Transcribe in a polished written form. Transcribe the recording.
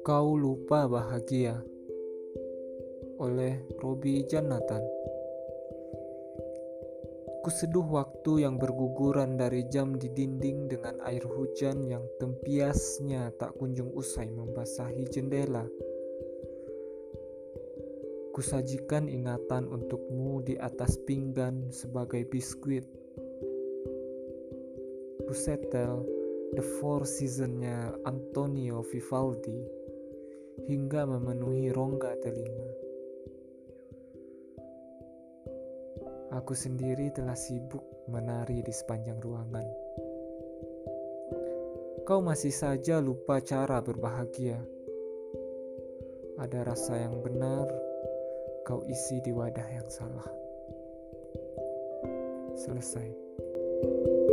Kau lupa bahagia oleh Roby Janatan. Kuseduh waktu yang berguguran dari jam di dinding dengan air hujan yang tempiasnya tak kunjung usai membasahi jendela. Kusajikan ingatan untukmu di atas pinggan sebagai biskuit. Kusetel The Four Seasons-nya Antonio Vivaldi hingga memenuhi rongga telinga. Aku sendiri telah sibuk menari di sepanjang ruangan. Kau masih saja lupa cara berbahagia. Ada rasa yang benar, kau isi di wadah yang salah. Selesai.